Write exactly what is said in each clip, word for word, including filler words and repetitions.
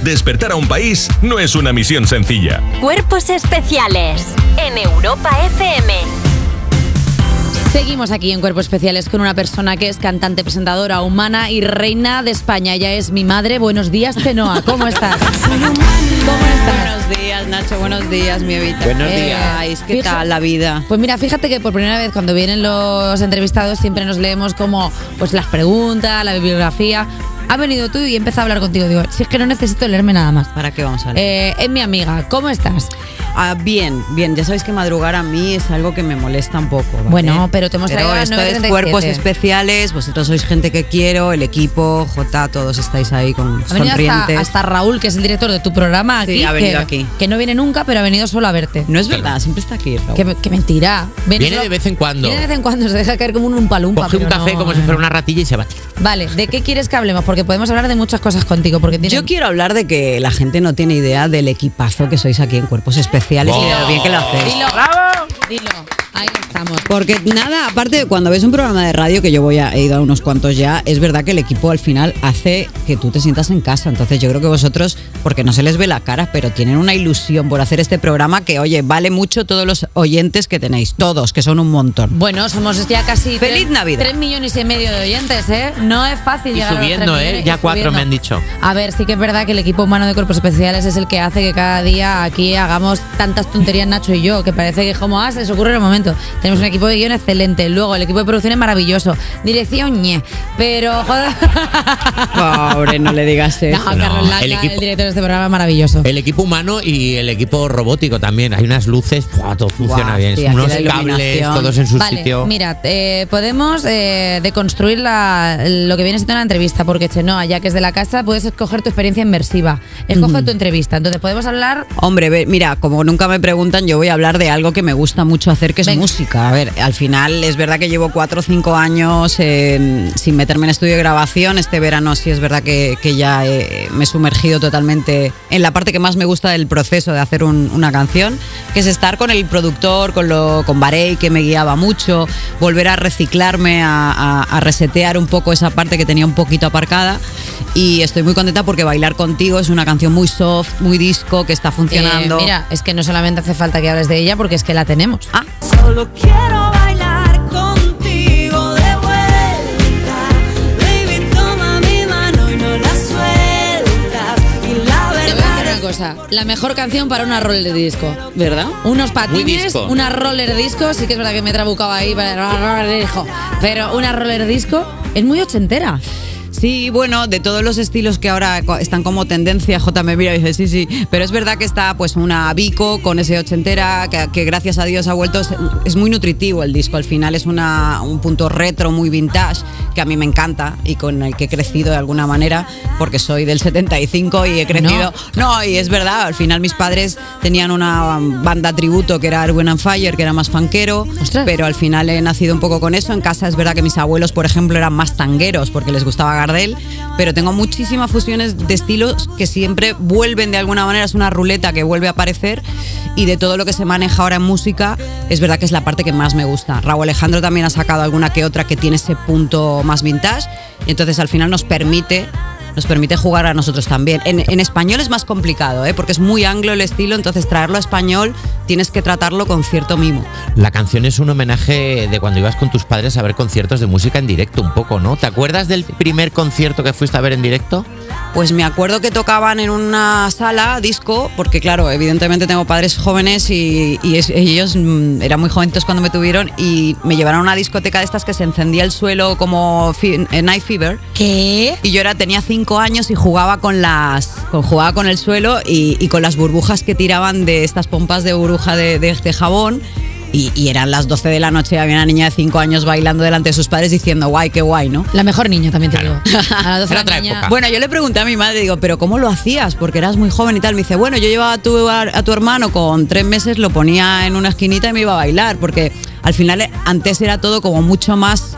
despertar a un país no es una misión sencilla. Cuerpos Especiales en Europa F M. Seguimos aquí en Cuerpos Especiales con una persona que es cantante, presentadora, humana y reina de España. Ella es mi madre. Buenos días, Chenoa. ¿Cómo estás? ¿Cómo estás? Buenos días, Nacho. Buenos días, mi Evita. Buenos eh, días. Ay, ¿qué tal la vida? Pues mira, fíjate que por primera vez cuando vienen los entrevistados siempre nos leemos como pues las preguntas, la bibliografía. Has venido tú y he empezado a hablar contigo. Digo, si es que no necesito leerme nada más. ¿Para qué vamos a leer? Eh, es mi amiga. ¿Cómo estás? Ah, bien, bien. Ya sabéis que madrugar a mí es algo que me molesta un poco, ¿vale? Bueno, pero te hemos Pero traído a las esto nueve es treinta y siete. Cuerpos Especiales. Vosotros sois gente que quiero, el equipo, Jota, todos estáis ahí con Ha venido sonrientes. hasta, hasta Raúl, que es el director de tu programa aquí. Sí, ha venido que, aquí. Que no viene nunca, pero ha venido solo a verte. No es verdad, siempre está aquí, Raúl. Qué, qué mentira. Viene solo- de vez en cuando. Viene de vez en cuando, se deja caer como un umpalumpa. Coge un pero café no, como si fuera una ratilla y se va. Vale, ¿de qué quieres que hablemos? Porque podemos hablar de muchas cosas contigo. Porque tienen... Yo quiero hablar de que la gente no tiene idea del equipazo que sois aquí en Cuerpos Especiales Oh. y de lo bien que lo hacéis. Dilo, ¡bravo! Dilo, ahí estamos. Porque nada, aparte de cuando ves un programa de radio, que yo voy a, he ido a unos cuantos ya, es verdad que el equipo al final hace que tú te sientas en casa. Entonces yo creo que vosotros, porque no se les ve la cara, pero tienen una ilusión por hacer este programa que, oye, vale mucho todos los oyentes que tenéis, todos, que son un montón. Bueno, somos ya casi ¡Feliz tres, Navidad! tres millones y medio de oyentes, ¿eh? No es fácil Y llegar subiendo, a los tres ¿eh? millones Ya y cuatro subiendo. me han dicho. A ver, sí que es verdad que el equipo humano de Cuerpos Especiales es el que hace que cada día aquí hagamos tantas tonterías, Nacho y yo, que parece que como ah, se les ocurre en el momento. Tenemos un equipo de guión excelente, luego el equipo de producción es maravilloso, dirección ñe, pero joder. Pobre, no le digas eso. No, Carlos Langa, el el, equipo- director de este programa, maravilloso. El equipo humano y el equipo robótico también. Hay unas luces, ¡fua! Todo funciona Guau, bien. sí, aquí Unos la cables, iluminación. todos en su Vale, sitio. mira, eh, podemos eh, deconstruir la, lo que viene siendo una entrevista, porque Chenoa, ya que es de la casa, puedes escoger tu experiencia inmersiva. Escoge tu entrevista. Entonces podemos hablar. Hombre, ve, mira, como nunca me preguntan, yo voy a hablar de algo que me gusta mucho hacer, que es Venga. música. A ver, al final es verdad que llevo cuatro o cinco años eh, sin meterme en estudio de grabación. Este verano sí es verdad que, que ya eh, me he sumergido totalmente en la parte que más me gusta del proceso de hacer un- una canción, que es estar con el productor, con, lo, con Barey, que me guiaba mucho, volver a reciclarme, a, a- a resetear un poco esa parte que tenía un poquito aparcada. Y estoy muy contenta porque Bailar Contigo es una canción muy soft, muy disco, que está funcionando. Eh, mira, es que no solamente hace falta que hables de ella, porque es que la tenemos. Ah, Solo quiero bailar contigo de vuelta. Baby, toma mi mano y no la sueltas. Y la Te voy a decir verdad una es cosa, la mejor canción para una roller de disco. ¿verdad? Unos patines, disco. una roller de disco, sí que es verdad que me he trabucado ahí para roller de disco, pero una roller de disco es muy ochentera. Sí, bueno, de todos los estilos que ahora co- están como tendencia, J me mira y dice, sí, sí, pero es verdad que está pues una Vico con ese ochentera, que, que gracias a Dios ha vuelto, es, es muy nutritivo el disco, al final es una, un punto retro, muy vintage, que a mí me encanta y con el que he crecido de alguna manera, porque soy del setenta y cinco y he crecido... No, y es verdad, al final mis padres tenían una banda tributo que era Erwin and Fire, que era más funkero, Ostras. pero al final he nacido un poco con eso. En casa es verdad que mis abuelos, por ejemplo, eran más tangueros porque les gustaba Gardel, pero tengo muchísimas fusiones de estilos que siempre vuelven de alguna manera, es una ruleta que vuelve a aparecer, y de todo lo que se maneja ahora en música, es verdad que es la parte que más me gusta. Raúl Alejandro también ha sacado alguna que otra que tiene ese punto más vintage, y entonces al final nos permite... Nos permite jugar a nosotros también. En, en español es más complicado, ¿eh? Porque es muy anglo el estilo, entonces traerlo a español tienes que tratarlo con cierto mimo. La canción es un homenaje de cuando ibas con tus padres a ver conciertos de música en directo un poco, ¿no? ¿Te acuerdas del primer concierto que fuiste a ver en directo? Pues me acuerdo que tocaban en una sala disco, porque claro, evidentemente tengo padres jóvenes y, y es- ellos mm, eran muy jovencitos cuando me tuvieron, y me llevaron a una discoteca de estas que se encendía el suelo como fi- eh, Night Fever. ¿Qué? Y yo era, tenía cinco años y jugaba con las con, jugaba con el suelo y, y con las burbujas que tiraban de estas pompas de burbuja de, de, de jabón. Y, y eran las doce de la noche y había una niña de cinco años bailando delante de sus padres diciendo guay, qué guay, ¿no? La mejor niña, también te Claro. digo. A las doce de Era la otra mañana- época. Bueno, yo le pregunté a mi madre, digo, ¿pero cómo lo hacías? Porque eras muy joven y tal. Me dice, bueno, yo llevaba a tu, a tu hermano con tres meses, lo ponía en una esquinita y me iba a bailar, porque al final eh, antes era todo como mucho más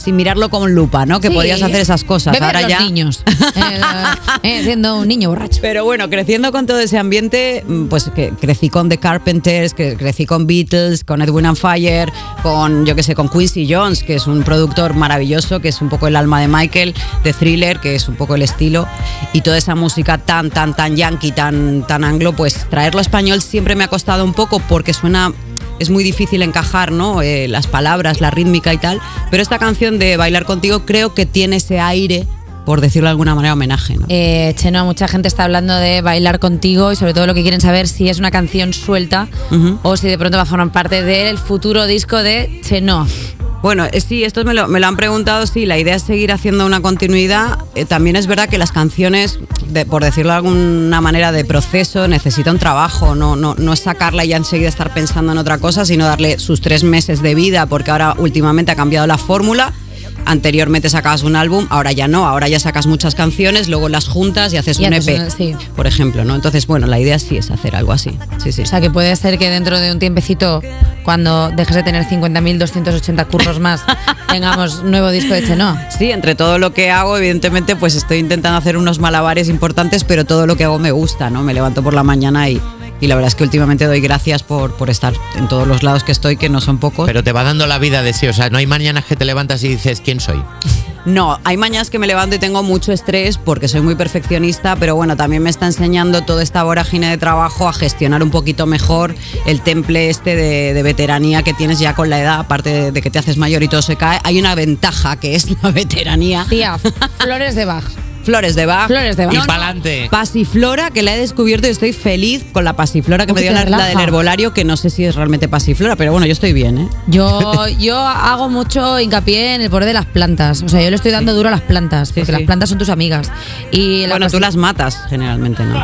sin mirarlo con lupa, ¿no? Que Sí. podías hacer esas cosas. Beber Ahora los ya. niños. Eh, eh, siendo un niño borracho. Pero bueno, creciendo con todo ese ambiente, pues que crecí con The Carpenters, que crecí con Beatles, con Edwin and Fire, con, yo qué sé, con Quincy Jones, que es un productor maravilloso, que es un poco el alma de Michael, de Thriller, que es un poco el estilo, y toda esa música tan, tan, tan yankee, tan, tan anglo, pues traerlo a español siempre me ha costado un poco porque suena... Es muy difícil encajar, ¿no? Eh, las palabras, la rítmica y tal. Pero esta canción de Bailar Contigo creo que tiene ese aire, por decirlo de alguna manera, homenaje, ¿no? Eh, Chenoa, mucha gente está hablando de Bailar Contigo y sobre todo lo que quieren saber si es una canción suelta Ujú. o si de pronto va a formar parte del futuro disco de Chenoa. Bueno, eh, sí, esto me lo, me lo han preguntado, sí, la idea es seguir haciendo una continuidad. Eh, también es verdad que las canciones, de, por decirlo de alguna manera, de proceso, necesitan trabajo, no, no, no es sacarla y ya enseguida estar pensando en otra cosa, sino darle sus tres meses de vida, porque ahora últimamente ha cambiado la fórmula. Anteriormente sacabas un álbum, ahora ya no, ahora ya sacas muchas canciones, luego las juntas y haces Y un haces E P, un- sí. por ejemplo, ¿no? Entonces, bueno, la idea sí es hacer algo así. Sí, sí. O sea que puede ser que dentro de un tiempecito, cuando dejes de tener cincuenta mil doscientos ochenta curros más, tengamos nuevo disco de Chenoa. Sí, entre todo lo que hago, evidentemente, pues estoy intentando hacer unos malabares importantes, pero todo lo que hago me gusta, ¿no? Me levanto por la mañana y, y la verdad es que últimamente doy gracias por, por estar en todos los lados que estoy, que no son pocos. Pero te va dando la vida de sí. O sea, no hay mañanas que te levantas y dices, ¿quién soy? No, hay mañanas que me levanto y tengo mucho estrés porque soy muy perfeccionista, pero bueno, también me está enseñando toda esta vorágine de trabajo a gestionar un poquito mejor el temple este de, de veteranía que tienes ya con la edad, aparte de, de que te haces mayor y todo se cae. Hay una ventaja que es la veteranía. Tía, flores de Bach. Flores de Bach. Flores de Bach. Y No, no. pa'lante. Pasiflora, que la he descubierto y estoy feliz con la pasiflora que ¿Cómo me que dio te la, la relaja? del herbolario, que no sé si es realmente pasiflora, pero bueno, yo estoy bien, ¿eh? Yo, yo hago mucho hincapié en el poder de las plantas. O sea, yo le estoy dando duro a las plantas, porque sí. las plantas son tus amigas. Y la Bueno, tú pasi- las matas generalmente, ¿no?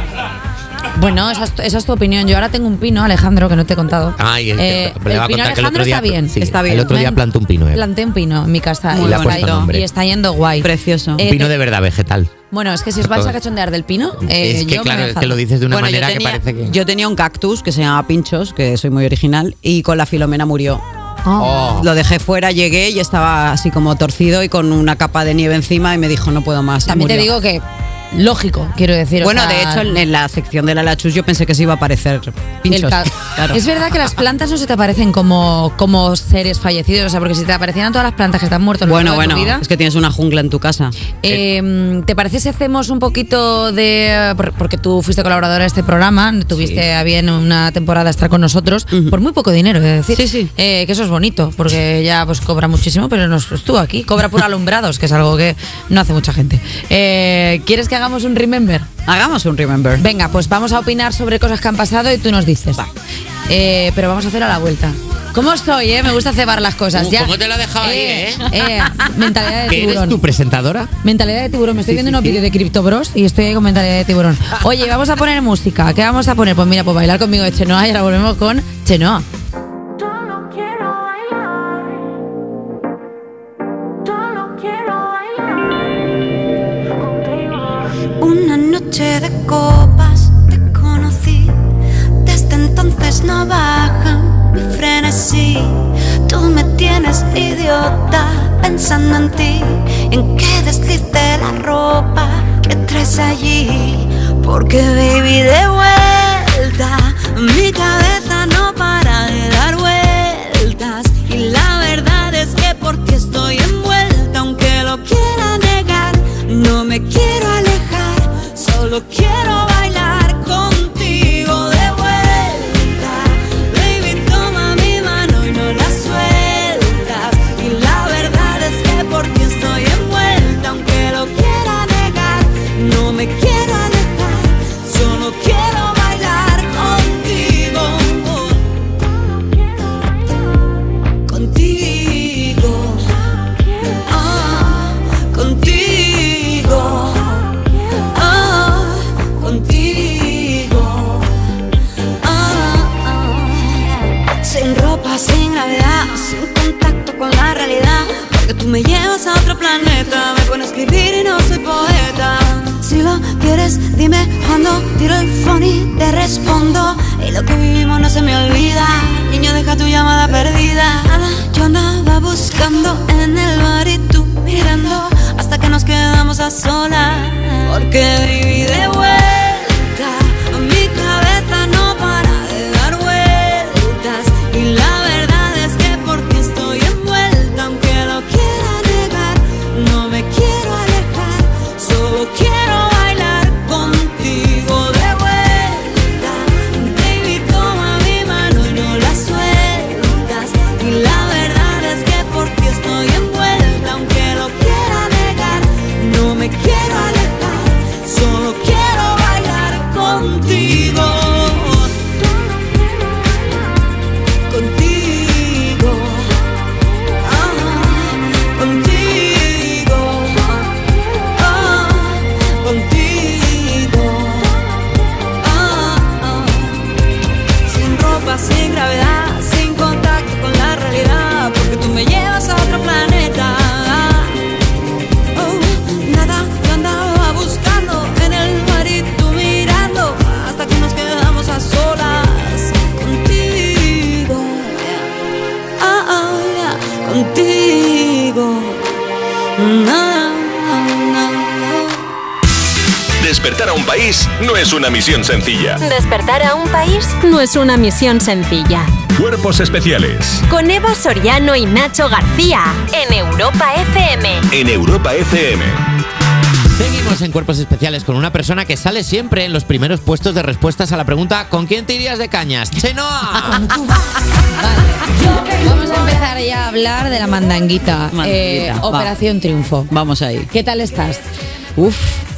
Bueno, esa es, esa es tu opinión. Yo ahora tengo un pino, Alejandro, que no te he contado. Ay, es que Eh, me le va a el pino contar que el Alejandro otro día, está bien. sí, está bien. El otro día Me- plantó un pino. eh. Planté un pino en mi casa Muy y, le ha está, puesto nombre. y está yendo guay. Precioso. Eh, Pino te- de verdad, vegetal. Bueno, es que si os vais a cachondear del pino, eh, es que yo claro, me es que lo dices de una Bueno, yo manera tenía, que parece que... yo tenía un cactus que se llamaba Pinchos, que soy muy original, y con la Filomena murió. Oh. Lo dejé fuera, llegué y estaba así como torcido y con una capa de nieve encima y me dijo, no puedo más. y También te murió. digo que lógico, quiero decir. o Bueno, sea, de hecho, en, en la sección de la Lachus yo pensé que se iba a aparecer el Pinchos. ca- Claro. Es verdad que las plantas no se te aparecen como, como seres fallecidos, o sea, porque si te aparecieran todas las plantas que están muertas a lo Bueno, largo de tu bueno, vida, es que tienes una jungla en tu casa. eh, ¿te parece si hacemos un poquito de... por- Porque tú fuiste colaboradora de este programa, tuviste Sí. a bien una temporada estar con nosotros, Ujú. por muy poco dinero, es decir. Sí, sí. Eh, que eso es bonito, porque ya pues cobra muchísimo, pero nos estuvo aquí, cobra por alumbrados, que es algo que no hace mucha gente. Eh, ¿Quieres que hagamos un remember? Hagamos un remember. Venga, pues vamos a opinar sobre cosas que han pasado y tú nos dices. Eh, pero vamos a hacer a la vuelta. ¿Cómo soy, eh? Me gusta cebar las cosas. Uh, ya. ¿cómo te lo he dejado ahí, eh? eh, mentalidad de ¿Que eres tiburón. tu presentadora? Mentalidad de tiburón. Me estoy Sí, viendo sí, unos sí. vídeos de Crypto Bros y estoy ahí con mentalidad de tiburón. Oye, vamos a poner música. ¿Qué vamos a poner? Pues mira, pues bailar conmigo de Chenoa y ahora volvemos con Chenoa. Solo quiero bailar. Solo quiero bailar contigo. Una noche de copas te conocí. Desde entonces no baja mi frenesí. Tú me tienes idiota pensando en ti, en que desliz de la ropa que traes allí. Porque baby, de vuelta mi cabeza no para de dar vueltas. Y la verdad es que por ti estoy envuelta. Aunque lo quiera negar, no me quiero alejar. Solo quiero bailar contigo de vuelta. Baby, toma mi mano y no la sueltas. Y la verdad es que por ti estoy envuelta. Aunque lo quiera negar, no me quiero alejar. Solo quiero bailar contigo. Contigo. Ah, contigo. Ah, contigo. Ah, ah. Sin ropa, sin gravedad, sin contacto con la realidad. Porque tú me llevas a otro planeta. Me pone a escribir y no soy poeta. Si lo quieres quieres, dime cuando tiro el phone y te respondo. Y lo que vivimos no se me olvida. Niño, deja tu llamada perdida. Yo andaba buscando en el bar y tú mirando hasta que nos quedamos a solas. Porque baby, de vuelta mi cabeza no para de dar vueltas. Y la verdad es que por ti estoy envuelta. Aunque lo quiera negar, no me quiero alejar. Solo quiero bailar contigo de vuelta. Baby, toma mi mano y no la sueltas. Y la verdad es que por ti estoy envuelta. Aunque lo quiera negar, no me quiero alejar. Solo quiero bailar contigo. Contigo. Ah, contigo. Ah, contigo. Ah, ah. Sin ropa, sin gravedad, sin contacto con la realidad, porque tú me llevas a otro planeta. Oh, nada, yo andaba buscando en el mar y tú mirando hasta que nos quedamos a solas. Contigo, ah, ah, yeah. Contigo. Na, na, na. Despertar a un país no es una misión sencilla. Despertar a un país no es una misión sencilla. Cuerpos especiales Con Eva Soriano y Nacho García en Europa F M. en Europa F M. Seguimos en Cuerpos Especiales con una persona que sale siempre en los primeros puestos de respuestas a la pregunta ¿con quién te irías de cañas? ¡Chenoa! Vale. Vamos a empezar ya a hablar de la mandanguita. Mandanguita, Eh, va. Operación Triunfo. Vamos ahí. ¿Qué tal estás? Uf,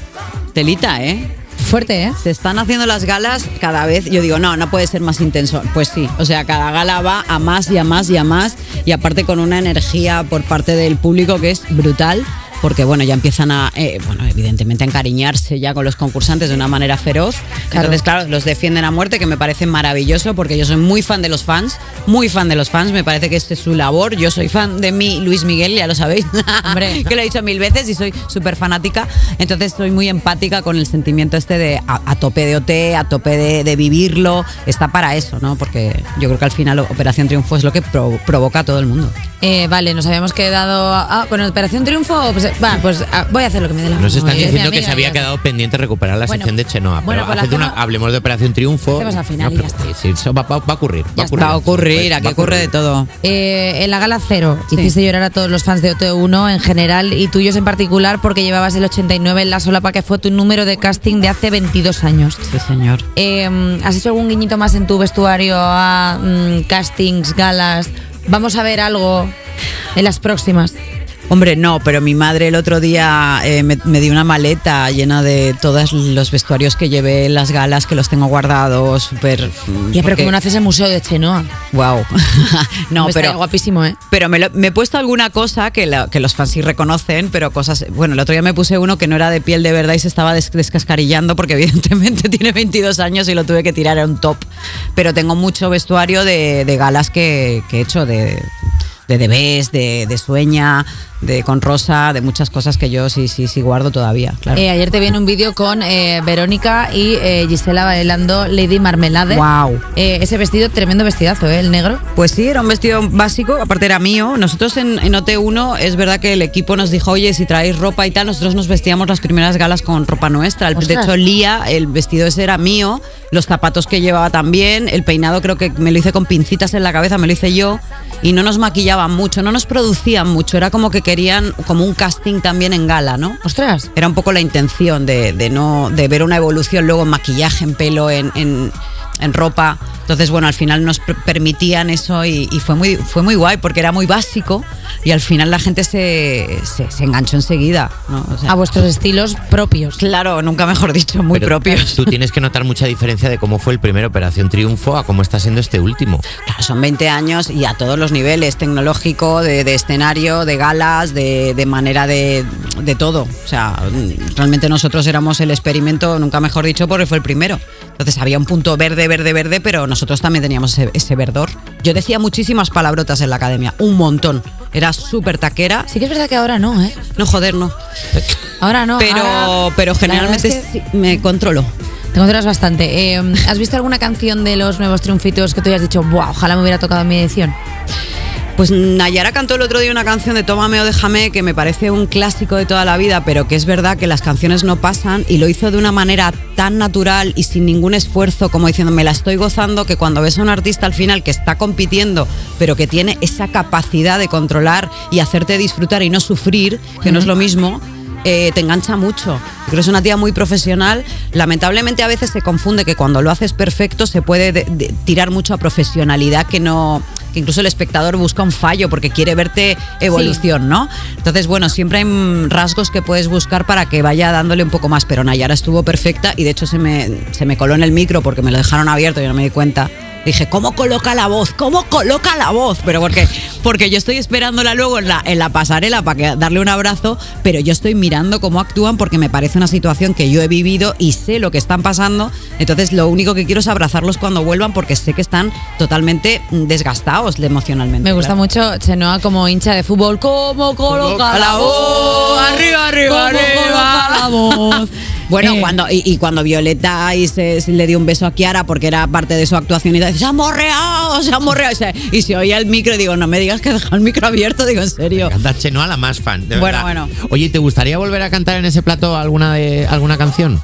telita, ¿eh? Fuerte, ¿eh? Se están haciendo las galas cada vez. Yo digo, no, no puede ser más intenso. Pues sí, o sea, cada gala va a más y a más y a más. Y aparte con una energía por parte del público que es brutal. Porque bueno, ya empiezan a, eh, bueno, evidentemente a encariñarse ya con los concursantes de una manera feroz. Claro. Entonces, claro, los defienden a muerte, que me parece maravilloso, porque yo soy muy fan de los fans, muy fan de los fans, me parece que este es su labor. Yo soy fan de mi Luis Miguel, ya lo sabéis, Hombre. que lo he dicho mil veces y soy súper fanática. Entonces soy muy empática con el sentimiento este de a, a tope de O T, a tope de, de vivirlo. Está para eso, ¿no? Porque yo creo que al final Operación Triunfo es lo que pro, provoca a todo el mundo. Eh, vale, nos habíamos quedado ah, con Operación Triunfo. Pues, va, pues ah, voy a hacer lo que me dé la gana. Nos están Es mi diciendo que amiga, se había ya quedado pendiente recuperar la Bueno, sección de Chenoa. bueno, pero pues la haced una- hacemos- hablemos de Operación Triunfo. hacemos al final No, y ya pero- sí, eso va, va- va a ocurrir. Va a ocurrir. Va a ocurrir, Va aquí a ocurre de todo. Eh, en la gala cero Sí. hiciste llorar a todos los fans de O T uno en general y tuyos en particular porque llevabas el ochenta y nueve en la solapa, que fue tu número de casting de hace veintidós años. Sí, señor. Eh, ¿Has hecho algún guiñito más en tu vestuario a mm, castings, galas? ¿Vamos a ver algo en las próximas? Hombre, no, pero mi madre el otro día eh, me, me dio una maleta llena de todos los vestuarios que llevé en las galas, que los tengo guardados, súper... mm, Ya, pero porque- ¿cómo no haces el museo de Chenoa? Wow. No, Hombre, pero... está guapísimo, ¿eh? Pero me, lo- me he puesto alguna cosa que, la- que los fans sí reconocen, pero cosas... Bueno, el otro día me puse uno que no era de piel de verdad y se estaba des- descascarillando porque evidentemente tiene veintidós años y lo tuve que tirar, era un top. Pero tengo mucho vestuario de, de galas que, que he hecho, de... de Debes, de, de Sueña, de Con Rosa, de muchas cosas que yo sí, sí, sí guardo todavía, claro. Eh, ayer te vi en un vídeo con eh, Verónica y eh, Gisela bailando Lady Marmelade. Wow. Eh, ese vestido, tremendo vestidazo, ¿eh? El negro. Pues sí, era un vestido básico, aparte era mío. Nosotros en, en O T uno es verdad que el equipo nos dijo, oye, si traéis ropa y tal, nosotros nos vestíamos las primeras galas con ropa nuestra. El- De Ostras. hecho, Lía, el vestido ese era mío, los zapatos que llevaba también, el peinado creo que me lo hice con pincitas en la cabeza, me lo hice yo, y no nos maquillaban mucho, no nos producían mucho, era como que querían como un casting también en gala, ¿no? Ostras. Era un poco la intención de, de no de ver una evolución luego en maquillaje, en pelo, en, en, en ropa. Entonces, bueno, al final nos per- permitían eso y, y fue muy fue muy guay porque era muy básico y al final la gente se, se, se enganchó enseguida, ¿no? O sea, A vuestros estilos propios. claro, nunca mejor dicho, muy Pero propios. Tú tienes que notar mucha diferencia de cómo fue el primer Operación Triunfo a cómo está siendo este último. Claro, son veinte años y a todos los niveles, tecnológico, de, de escenario, de galas, de, de manera de, de todo. O sea, realmente nosotros éramos el experimento, nunca mejor dicho, porque fue el primero. Entonces había un punto verde, verde, verde, pero nosotros también teníamos ese, ese verdor. Yo yo decía muchísimas palabrotas en la academia, un montón. Era súper taquera. Sí que es verdad que ahora no, ¿eh? No, joder, no. Ahora no. Pero, ahora, pero generalmente es que sí, me controlo. Te controlas bastante. Eh, ¿Has visto alguna canción de los nuevos triunfitos que tú hayas dicho, ¡buah, ojalá me hubiera tocado en mi edición? Pues Nayara cantó el otro día una canción de Tómame o Déjame que me parece un clásico de toda la vida, pero que es verdad que las canciones no pasan, y lo hizo de una manera tan natural y sin ningún esfuerzo, como diciendo me la estoy gozando, que cuando ves a un artista al final que está compitiendo pero que tiene esa capacidad de controlar y hacerte disfrutar y no sufrir, que no es lo mismo, eh, te engancha mucho. Creo que es una tía muy profesional. Lamentablemente a veces se confunde que cuando lo haces perfecto se puede de, de, tirar mucho a profesionalidad, que no... que incluso el espectador busca un fallo porque quiere verte evolución, sí. ¿no? Entonces, bueno, siempre hay rasgos que puedes buscar para que vaya dándole un poco más, pero Nayara estuvo perfecta y de hecho se me, se me coló en el micro porque me lo dejaron abierto y no me di cuenta. Dije, ¿cómo coloca la voz? ¿Cómo coloca la voz? Pero porque, porque yo estoy esperándola luego en la, en la pasarela para que, darle un abrazo, pero yo estoy mirando cómo actúan porque me parece una situación que yo he vivido y sé lo que están pasando. Entonces lo único que quiero es abrazarlos cuando vuelvan porque sé que están totalmente desgastados emocionalmente. Me gusta claro. mucho Chenoa como hincha de fútbol. ¿Cómo coloca la voz? Arriba, arriba, ¿Cómo arriba. coloca la voz? Bueno, Eh. cuando y, y cuando Violeta y se, se le dio un beso a Kiara porque era parte de su actuación y dice, se ha morreado, se ha morreado. Y se, y se oía el micro y digo, no me digas que deja el micro abierto, digo, en serio. Canta Chenoa, la más fan, de Bueno, verdad. bueno. Oye, ¿te gustaría volver a cantar en ese plato alguna de alguna canción?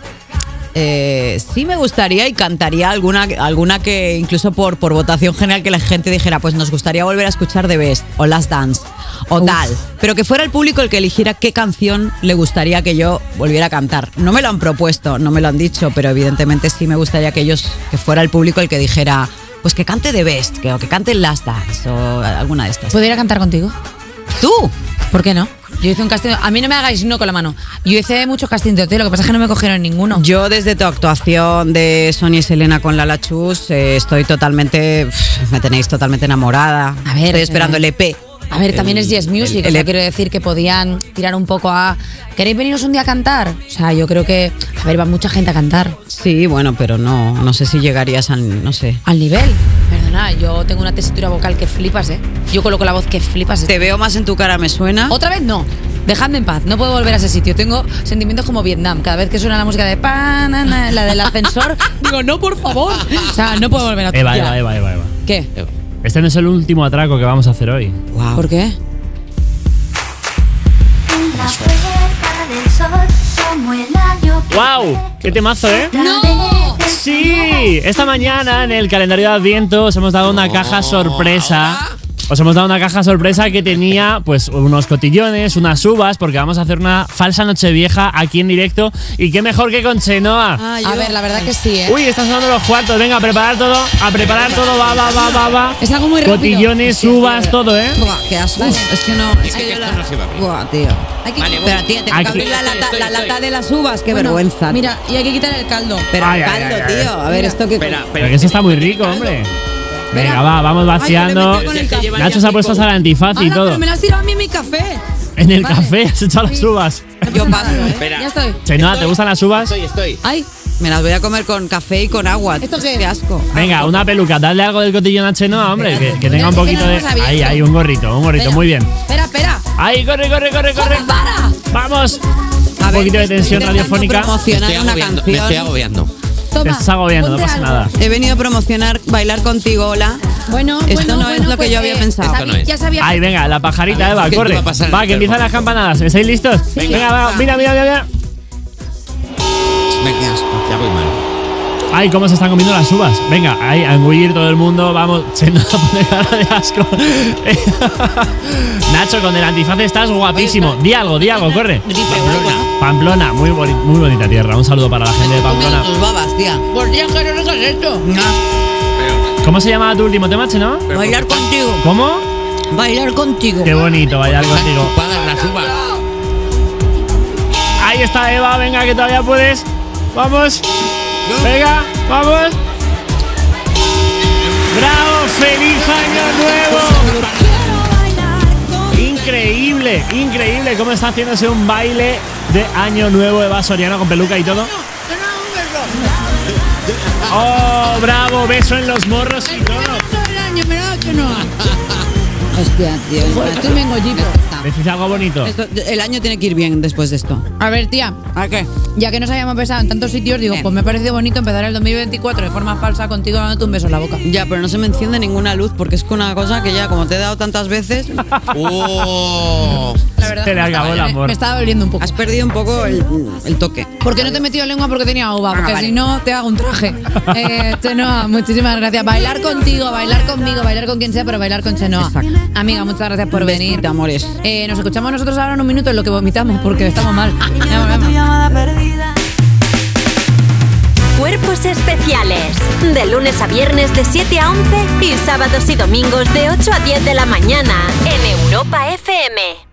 Eh, sí me gustaría y cantaría alguna, alguna que incluso por, por votación general que la gente dijera, pues nos gustaría volver a escuchar The Best o Last Dance o Uf. tal, pero que fuera el público el que eligiera qué canción le gustaría que yo volviera a cantar. No me lo han propuesto, no me lo han dicho, pero evidentemente sí me gustaría que ellos, que fuera el público el que dijera, pues que cante The Best, que, o que cante Last Dance o alguna de estas. ¿Puedo ir a cantar contigo? ¿Tú? ¿Por qué no? Yo hice un casting. A mí no me hagáis no con la mano. Yo hice muchos castings de hotel, lo que pasa es que no me cogieron ninguno. Yo desde tu actuación de Sonia y Selena con Lala Chus eh, estoy totalmente, pff, me tenéis totalmente enamorada. A ver, estoy esperando eh, el E P. A ver, también es Yes Music, el- o sea, el- quiero decir que podían tirar un poco a... ¿Queréis veniros un día a cantar? O sea, yo creo que... A ver, va mucha gente a cantar. Sí, bueno, pero no, no sé si llegarías al, no sé. Al nivel. Perdona, yo tengo una tesitura vocal que flipas, ¿eh? Yo coloco la voz que flipas. Te veo más en tu cara, me suena. Otra vez no. Dejadme en paz, no puedo volver a ese sitio. Tengo sentimientos como Vietnam. Cada vez que suena la música de pa, na, na, la del ascensor, digo, no, por favor. O sea, no puedo volver a Eva, Ya. Eva, Eva, Eva, Eva. ¿Qué? Este no es el último atraco que vamos a hacer hoy. Wow. ¿Por qué? En la puerta del sol, como el año que ¡Wow! ¡Qué temazo, eh! ¡No! Sí, esta mañana en el calendario de Adviento os hemos dado una caja sorpresa. Os hemos dado una caja sorpresa que tenía pues unos cotillones, unas uvas, porque vamos a hacer una falsa nochevieja aquí en directo. Y qué mejor que con Chenoa. Ah, A yo- ver, la verdad que sí, ¿eh? Uy, están sonando los cuartos. Venga, a preparar todo. A preparar todo. Va, va, va, va, va. Es algo muy rápido. Cotillones, uvas, todo, ¿eh? Buah, qué asco. Vale. Es que no. Es que yo esto la- no se va a abrir. Buah, tío. Hay que- Vale, Pero tía, tengo Aquí. que abrir la lata, Estoy, la estoy. lata de las uvas, qué Bueno, vergüenza. Mira, y hay que quitar el caldo. Pero Ay, el ay, caldo, ay, ay. tío. A ver, Mira. esto que. Espera, Pero que eso está muy rico, hombre. Venga, va, vamos vaciando. Ay, que le he metido con el Nacho se ha puesto hasta el antifaz y Anda, todo. pero me la has tirado a mí en mi café. En el Vale. café has echado las uvas. Yo paso, ¿eh? Espera. Ya estoy. Chenoa, ¿te gustan las uvas? Estoy, estoy. Ay, Me las voy a comer con café y con agua. ¿Esto qué? Qué asco. Venga, una peluca, dale algo del cotillón a Chenoa, hombre, que, que tenga un Es que poquito no de... hemos abierto. Ahí, ahí, un gorrito, un gorrito, espera. muy bien. Espera, espera. Ahí, corre, corre, corre, corre. ¡Para! Vamos. A Un ver, poquito de estoy tensión intentando radiofónica. Me promocionar estoy una agobiando. Me estoy canción. agobiando. Te Toma. estás agobiando, no ponte pasa algo. nada. He venido a promocionar Bailar Contigo, hola. Bueno, Esto bueno, no es bueno, lo que pues, yo había eh, pensado. sabí- Esto no es. Ya sabía. Ahí, venga, la pajarita, Eva, ¿Qué corre. te va a pasar en Va, el que empiezan cuerpo? las campanadas. ¿Estáis listos? Venga, va, mira, mira, mira, mira. Venga, ya voy mal. Ay, cómo se están comiendo las uvas. Venga, ahí, a engullir todo el mundo. Vamos, Chenoa pone cara de asco. Nacho, con el antifaz estás guapísimo. Di algo, di algo, corre. Pamplona. Pamplona, muy, boni- muy bonita tierra. Un saludo para la gente de Pamplona. Tus babas, tía. Por Dios, que no nos has hecho. ¿Cómo se llamaba tu último tema, Chenoa? Bailar contigo. ¿Cómo? Bailar contigo. Qué bonito bailar Están contigo. ocupadas las uvas. Ahí está Eva, venga que todavía puedes. Vamos. Venga, vamos. ¡Bravo! ¡Feliz año nuevo! Increíble, increíble cómo está haciéndose un baile de año nuevo Eva Soriano con peluca y todo. ¡Oh, bravo! Beso en los morros y todo. año, me lo ha hecho no. Hostia, tío. Joder, estoy me engollipo. Decís algo bonito. Esto, el año tiene que ir bien después de esto. A ver, tía. ¿A qué? Ya que nos hayamos besado en tantos sitios, digo, Eh. pues me ha parecido bonito empezar el dos mil veinticuatro de forma falsa contigo dándote un beso en la boca. Ya, pero no se me enciende ninguna luz porque es una cosa que ya, como te he dado tantas veces, ¡Oh! La verdad, Se le me acabó estaba- el amor. Me, me estaba doliendo un poco. has perdido un poco el, el toque. ¿Por qué no te he metido lengua? Porque tenía uva. Porque Ah, vale. si no, te hago un traje. Eh, Chenoa, muchísimas gracias. Bailar contigo, bailar conmigo, bailar con quien sea, pero bailar con Chenoa. Exacto. Amiga, muchas gracias por venir. Besito, amores. Eh, nos escuchamos nosotros ahora en un minuto en lo que vomitamos, porque estamos mal. Ya volvemos. llamada perdida. Cuerpos especiales. De lunes a viernes de siete a once y sábados y domingos de ocho a diez de la mañana en Europa F M.